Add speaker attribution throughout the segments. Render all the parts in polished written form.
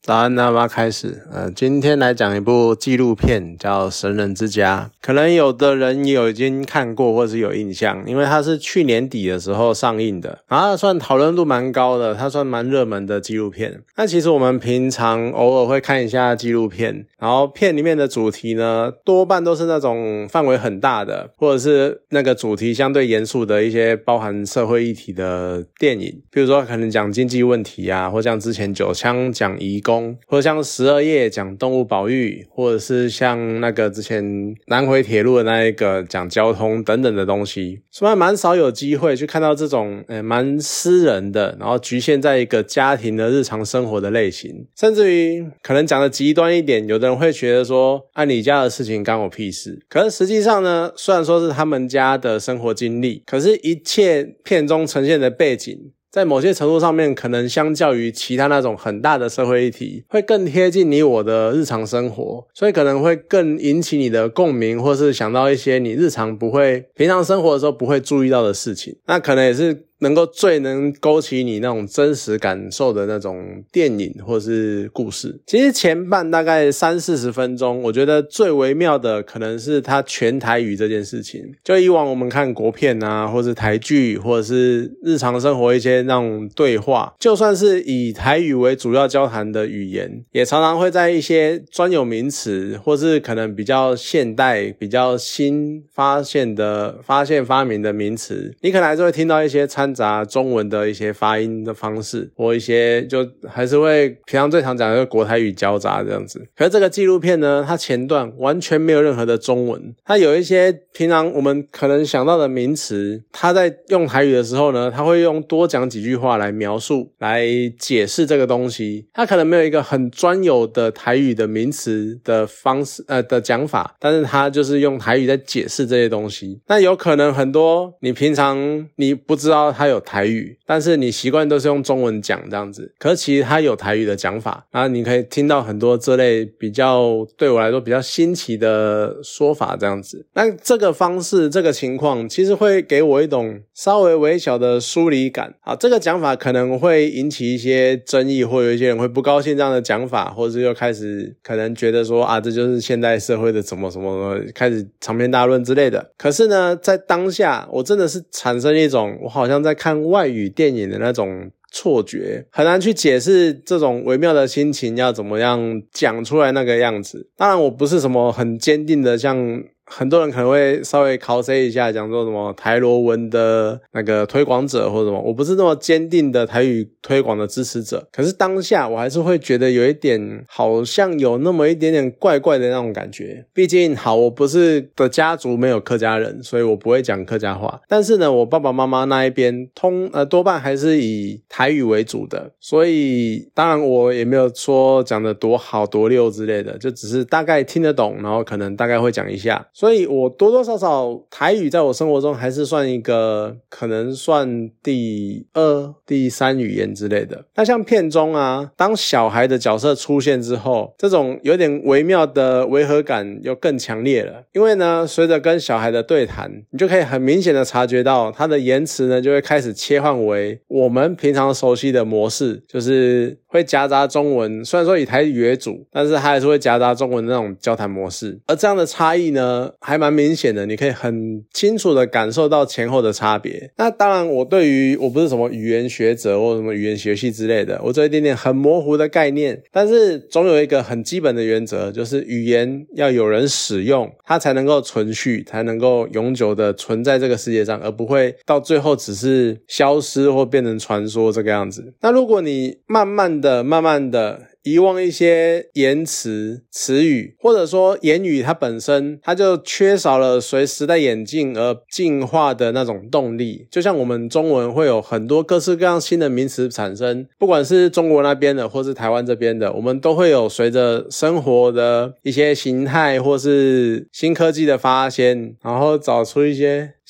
Speaker 1: 早安，那么开始。今天来讲一部纪录片，叫《神人之家》。可能有的人也已经看过，或是有印象，因为它是去年底的时候上映的，然后它算讨论度蛮高的，它算蛮热门的纪录片。那其实我们平常偶尔会看一下纪录片，然后片里面的主题呢，多半都是那种范围很大的，或者是那个主题相对严肃的一些包含社会议题的电影，比如说可能讲经济问题啊，或像之前九枪讲移工，或者像12夜讲动物保育，或者是像那个之前南回铁路的那一个讲交通等等的东西，所以蛮少有机会去看到这种蛮私人的，然后局限在一个家庭的日常生活的类型，甚至于可能讲的极端一点，有的人会觉得说你家的事情干我屁事。可是实际上呢，虽然说是他们家的生活经历，可是一切片中呈现的背景在某些程度上面，可能相较于其他那种很大的社会议题，会更贴近你我的日常生活，所以可能会更引起你的共鸣，或是想到一些你日常平常生活的时候不会注意到的事情。那可能也是最能勾起你那种真实感受的那种电影或是故事。其实前半大概30-40分钟，我觉得最微妙的可能是它全台语这件事情。就以往我们看国片啊，或是台剧，或者是日常生活一些那种对话，就算是以台语为主要交谈的语言，也常常会在一些专有名词，或是可能比较现代、比较新发明的名词，你可能还是会听到一些掺杂中文的一些发音的方式，或一些就还是会平常最常讲的就是国台语交杂这样子。可是这个纪录片呢，它前段完全没有任何的中文，它有一些平常我们可能想到的名词，它在用台语的时候呢，它会用多讲几句话来描述来解释这个东西，它可能没有一个很专有的台语的名词的方式的讲法，但是它就是用台语在解释这些东西。那有可能很多你平常你不知道它有台语，但是你习惯都是用中文讲这样子，可是其实它有台语的讲法，然后你可以听到很多这类比较对我来说比较新奇的说法这样子。那这个方式这个情况其实会给我一种稍微微小的疏离感。好，这个讲法可能会引起一些争议，或有一些人会不高兴这样的讲法，或者是又开始可能觉得说这就是现代社会的什么什么，开始长篇大论之类的。可是呢，在当下我真的是产生一种我好像在看外语电影的那种错觉，很难去解释这种微妙的心情要怎么样讲出来那个样子。当然我不是什么很坚定的，像很多人可能会稍微考 一下，讲说什么台罗文的那个推广者或者什么，我不是那么坚定的台语推广的支持者。可是当下我还是会觉得有一点好像有那么一点点怪怪的那种感觉。毕竟我不是的家族没有客家人，所以我不会讲客家话，但是呢我爸爸妈妈那一边多半还是以台语为主的，所以当然我也没有说讲得多好多溜之类的，就只是大概听得懂，然后可能大概会讲一下。所以我多多少少台语在我生活中还是算一个可能算第2、第3语言之类的。那像片中当小孩的角色出现之后，这种有点微妙的违和感又更强烈了。因为呢，随着跟小孩的对谈，你就可以很明显的察觉到他的言辞呢就会开始切换为我们平常熟悉的模式，就是会夹杂中文，虽然说以台语为主，但是他还是会夹杂中文的那种交谈模式。而这样的差异呢还蛮明显的，你可以很清楚的感受到前后的差别。那当然我不是什么语言学者或什么语言学系之类的，我这一点点很模糊的概念，但是总有一个很基本的原则，就是语言要有人使用，它才能够存续，才能够永久的存在这个世界上，而不会到最后只是消失或变成传说这个样子。那如果你慢慢的遗忘一些言辞词语，或者说言语它本身它就缺少了随时代演进而进化的那种动力。就像我们中文会有很多各式各样新的名词产生，不管是中国那边的或是台湾这边的，我们都会有随着生活的一些形态或是新科技的发现，然后找出一些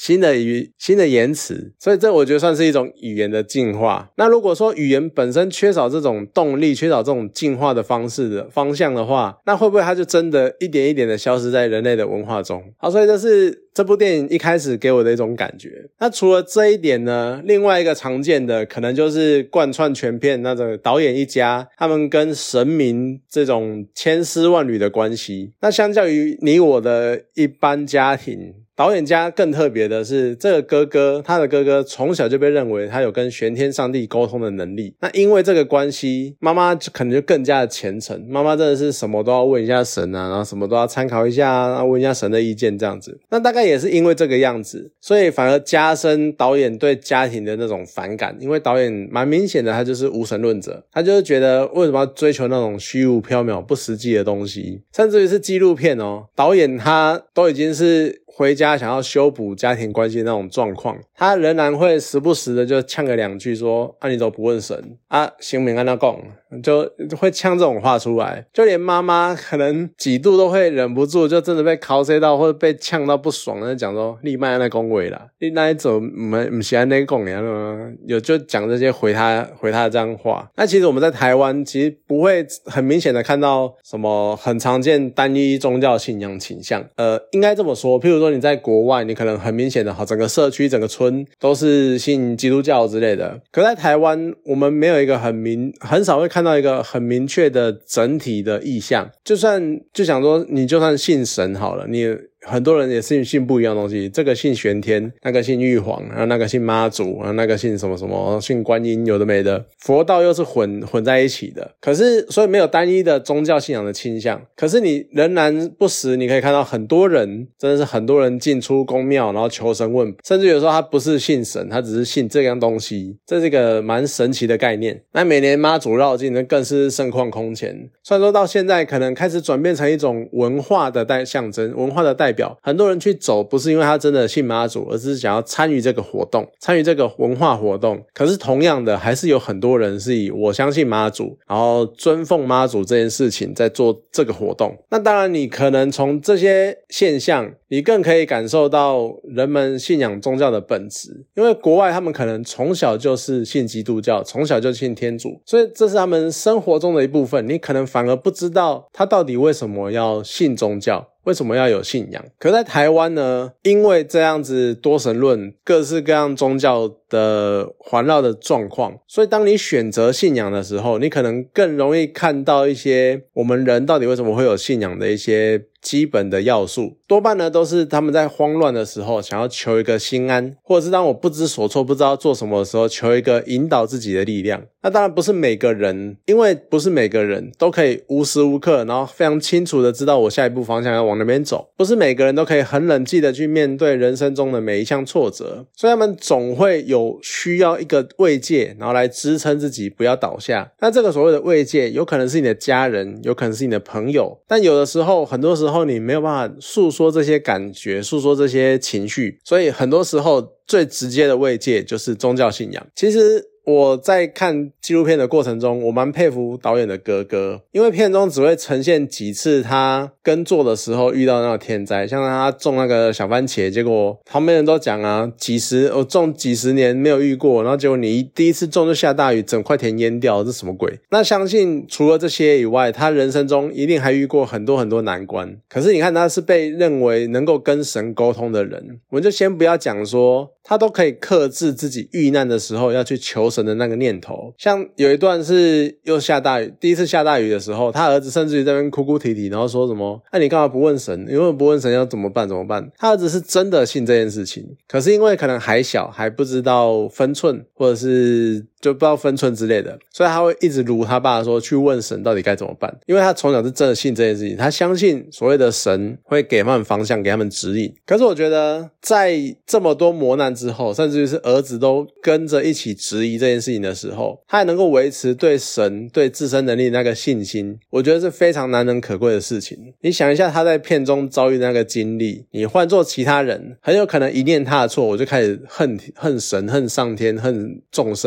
Speaker 1: 新的言辞，所以这我觉得算是一种语言的进化。那如果说语言本身缺少这种动力，缺少这种进化的方向的话，那会不会它就真的一点一点的消失在人类的文化中？好，所以这是这部电影一开始给我的一种感觉。那除了这一点呢，另外一个常见的可能就是贯穿全片那种导演一家他们跟神明这种千丝万缕的关系。那相较于你我的一般家庭，导演家更特别的是，这个哥哥，他的哥哥从小就被认为他有跟玄天上帝沟通的能力。那因为这个关系，妈妈可能就更加的虔诚，妈妈真的是什么都要问一下神啊，然后什么都要参考一下啊，然后问一下神的意见这样子。那大概也是因为这个样子，所以反而加深导演对家庭的那种反感。因为导演蛮明显的，他就是无神论者，他就是觉得为什么要追求那种虚无缥缈不实际的东西，甚至于是纪录片哦，导演他都已经是回家想要修补家庭关系的那种状况，他仍然会时不时的就呛个两句说啊你都不问神啊，行明按那讲，就会呛这种话出来。就连妈妈可能几度都会忍不住，就真的被cos到或者被呛到不爽的讲说你别那讲话啦，你那一种不是那讲的，有就讲这些回他的这样话。那其实我们在台湾其实不会很明显的看到什么很常见单一宗教信仰倾向，应该这么说，譬如说你在国外，你可能很明显的整个社区整个村都是信基督教之类的，可在台湾我们没有一个很少会看到一个很明确的整体的意向。就想说你就算信神好了，你很多人也是信不一样的东西，这个信玄天，那个信玉皇，然后那个信妈祖，然后那个信什么什么，信观音，有的没的，佛道又是混在一起的。可是所以没有单一的宗教信仰的倾向，可是你仍然不时你可以看到很多人，真的是很多人进出宫庙，然后求神问，甚至有时候他不是信神，他只是信这样东西，这是一个蛮神奇的概念。那每年妈祖绕境呢更是盛况空前，虽然说到现在可能开始转变成一种文化的象征，文化的代表，很多人去走不是因为他真的信妈祖，而是想要参与这个活动，参与这个文化活动。可是同样的还是有很多人是以我相信妈祖，然后尊奉妈祖这件事情在做这个活动。那当然你可能从这些现象你更可以感受到人们信仰宗教的本质，因为国外他们可能从小就是信基督教，从小就信天主，所以这是他们生活中的一部分，你可能反而不知道他到底为什么要信宗教，为什么要有信仰。可在台湾呢，因为这样子多神论各式各样宗教的环绕的状况，所以当你选择信仰的时候，你可能更容易看到一些我们人到底为什么会有信仰的一些基本的要素。多半呢都是他们在慌乱的时候想要求一个心安，或者是当我不知所措不知道做什么的时候求一个引导自己的力量。那当然不是每个人，因为不是每个人都可以无时无刻然后非常清楚的知道我下一步方向要往那边走，不是每个人都可以很冷静的去面对人生中的每一项挫折，所以他们总会有需要一个慰藉，然后来支撑自己不要倒下。那这个所谓的慰藉有可能是你的家人，有可能是你的朋友，但有的时候很多时候你没有办法诉说这些感觉，诉说这些情绪，所以很多时候最直接的慰藉就是宗教信仰。其实我在看纪录片的过程中，我蛮佩服导演的哥哥，因为片中只会呈现几次他耕作的时候遇到那个天灾，像他种那个小番茄，结果旁边人都讲啊，我种几十年没有遇过，然后结果你第一次种就下大雨，整块田淹掉，这什么鬼？那相信除了这些以外，他人生中一定还遇过很多很多难关。可是你看他是被认为能够跟神沟通的人，我们就先不要讲说他都可以克制自己遇难的时候要去求神的那个念头。像有一段是又下大雨，第一次下大雨的时候，他儿子甚至于在那边哭哭啼啼，然后说什么你干嘛不问神，因为不问神要怎么办。他儿子是真的信这件事情，可是因为可能还小，还不知道分寸，或者是就不知道分寸之类的，所以他会一直如他爸说去问神到底该怎么办。因为他从小是真的信这件事情，他相信所谓的神会给他们方向，给他们指引。可是我觉得在这么多磨难之后，甚至于是儿子都跟着一起质疑这件事情的时候，他还能够维持对神对自身能力的那个信心，我觉得是非常难能可贵的事情。你想一下他在片中遭遇的那个经历，你换做其他人很有可能一念他的错我就开始恨神恨上天恨众生这样子。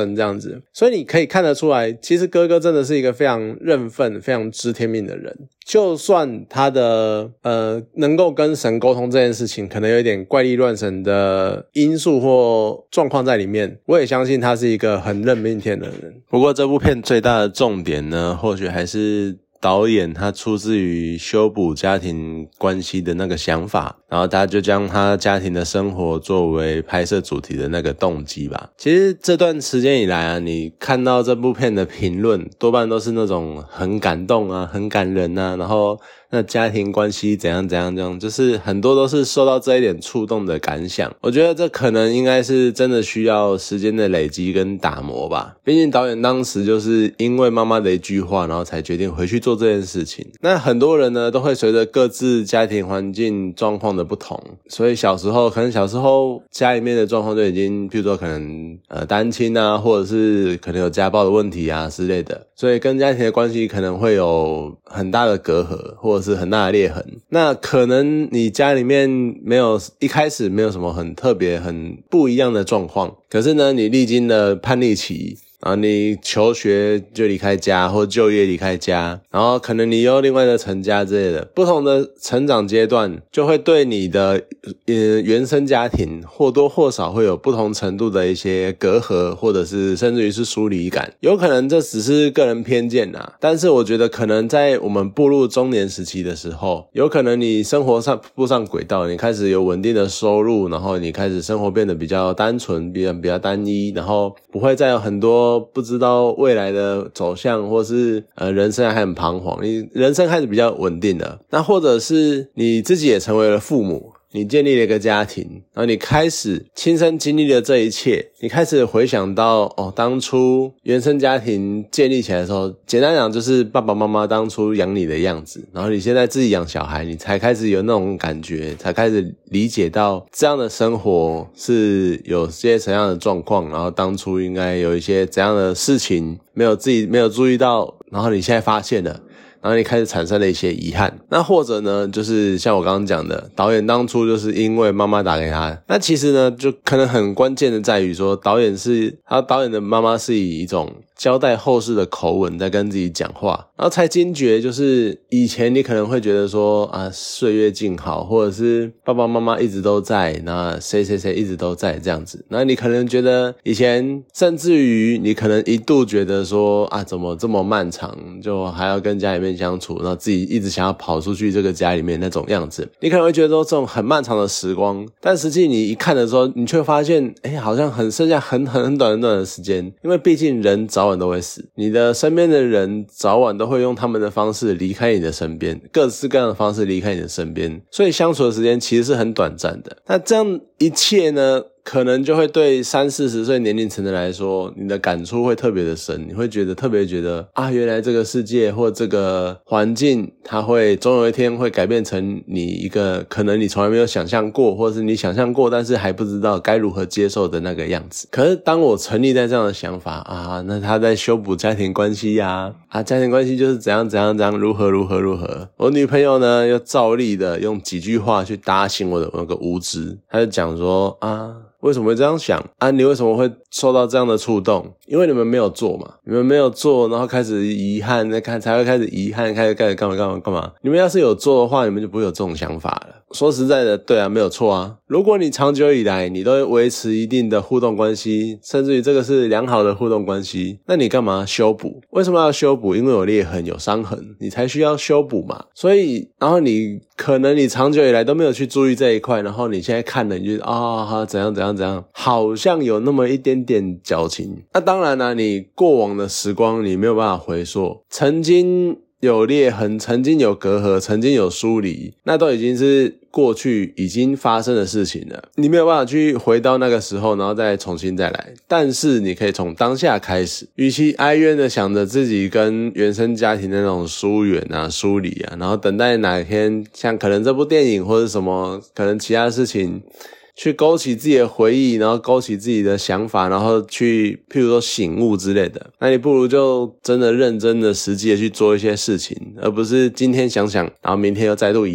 Speaker 1: 子。所以你可以看得出来，其实哥哥真的是一个非常认份非常知天命的人，就算他的能够跟神沟通这件事情可能有一点怪力乱神的因素或状况在里面，我也相信他是一个很认命天的人。
Speaker 2: 不过这部片最大的重点呢，或许还是导演他出自于修补家庭关系的那个想法，然后他就将他家庭的生活作为拍摄主题的那个动机吧。其实这段时间以来啊，你看到这部片的评论多半都是那种很感动啊，很感人啊，然后那家庭关系怎样怎样这样，就是很多都是受到这一点触动的感想。我觉得这可能应该是真的需要时间的累积跟打磨吧。毕竟导演当时就是因为妈妈的一句话，然后才决定回去做这件事情。那很多人呢都会随着各自家庭环境状况的不同，所以小时候家里面的状况就已经譬如说可能单亲啊，或者是可能有家暴的问题啊之类的，所以跟家庭的关系可能会有很大的隔阂或者是很大的裂痕。那可能你家里面一开始没有什么很特别很不一样的状况，可是呢你历经了叛逆期，然后你求学就离开家或就业离开家，然后可能你又另外的成家之类的，不同的成长阶段就会对你的原生家庭或多或少会有不同程度的一些隔阂，或者是甚至于是疏离感。有可能这只是个人偏见啊，但是我觉得可能在我们步入中年时期的时候，有可能你生活上步上轨道，你开始有稳定的收入，然后你开始生活变得比较单纯，比较单一，然后不会再有很多不知道未来的走向，或是人生还很彷徨，你人生开始比较稳定了。那或者是你自己也成为了父母，你建立了一个家庭，然后你开始亲身经历了这一切，你开始回想到当初原生家庭建立起来的时候，简单讲就是爸爸妈妈当初养你的样子，然后你现在自己养小孩，你才开始有那种感觉，才开始理解到这样的生活是有些怎样的状况，然后当初应该有一些怎样的事情没有注意到，然后你现在发现了，然后你开始产生了一些遗憾。那或者呢，就是像我刚刚讲的，导演当初就是因为妈妈打给他，那其实呢就可能很关键的在于说，导演的妈妈是以一种交代后事的口吻在跟自己讲话，然后才惊觉就是以前你可能会觉得说岁月静好，或者是爸爸妈妈一直都在，那谁一直都在这样子，那你可能觉得以前甚至于你可能一度觉得说怎么这么漫长，就还要跟家里面相处，然后自己一直想要跑出去这个家里面那种样子，你可能会觉得说这种很漫长的时光，但实际你一看的时候，你却发现好像剩下很短的时间，因为毕竟人早晚都会死，你的身边的人早晚都会用他们的方式离开你的身边，各式各样的方式离开你的身边，所以相处的时间其实是很短暂的。那这样一切呢，可能就会对30-40岁年龄层的来说，你的感触会特别的深，你会特别觉得原来这个世界或这个环境，它会总有一天会改变成你一个可能你从来没有想象过，或是你想象过但是还不知道该如何接受的那个样子。可是当我沉溺在这样的想法那他在修补家庭关系家庭关系就是怎样如何，我女朋友呢又照例的用几句话去打醒我的那个无知，她就讲说为什么会这样想你为什么会受到这样的触动？因为你们没有做嘛，你们没有做，然后开始遗憾，才会开始遗憾，开始干嘛？你们要是有做的话，你们就不会有这种想法了。说实在的，对没有错如果你长久以来你都会维持一定的互动关系，甚至于这个是良好的互动关系，那你干嘛修补？为什么要修补？因为有裂痕有伤痕，你才需要修补嘛。所以然后你可能你长久以来都没有去注意这一块，然后你现在看了你就怎样，好像有那么一点点矫情。那当然你过往的时光你没有办法回溯，曾经有裂痕，曾经有隔阂，曾经有疏离，那都已经是过去已经发生的事情了，你没有办法去回到那个时候然后再重新再来。但是你可以从当下开始，与其哀怨的想着自己跟原生家庭的那种疏远疏离然后等待哪一天像可能这部电影或者什么可能其他事情去勾起自己的回忆，然后勾起自己的想法，然后去譬如说醒悟之类的，那你不如就真的认真的实际的去做一些事情，而不是今天想想然后明天又再度遗忘。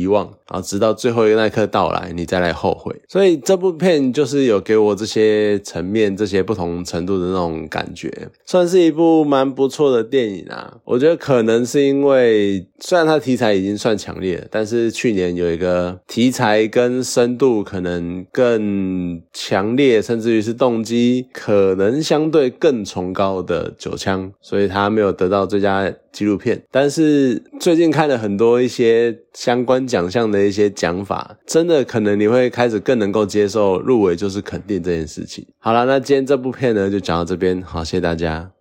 Speaker 2: 然后直到最后一个那一刻到来，你再来后悔。所以这部片就是有给我这些层面、这些不同程度的那种感觉，算是一部蛮不错的电影啊。我觉得可能是因为虽然它题材已经算强烈了，但是去年有一个题材跟深度可能更强烈，甚至于是动机可能相对更崇高的九枪，所以它没有得到最佳纪录片。但是最近看了很多一些相关奖项的一些讲法，真的可能你会开始更能够接受入围就是肯定这件事情。好啦，那今天这部片呢就讲到这边，好，谢谢大家。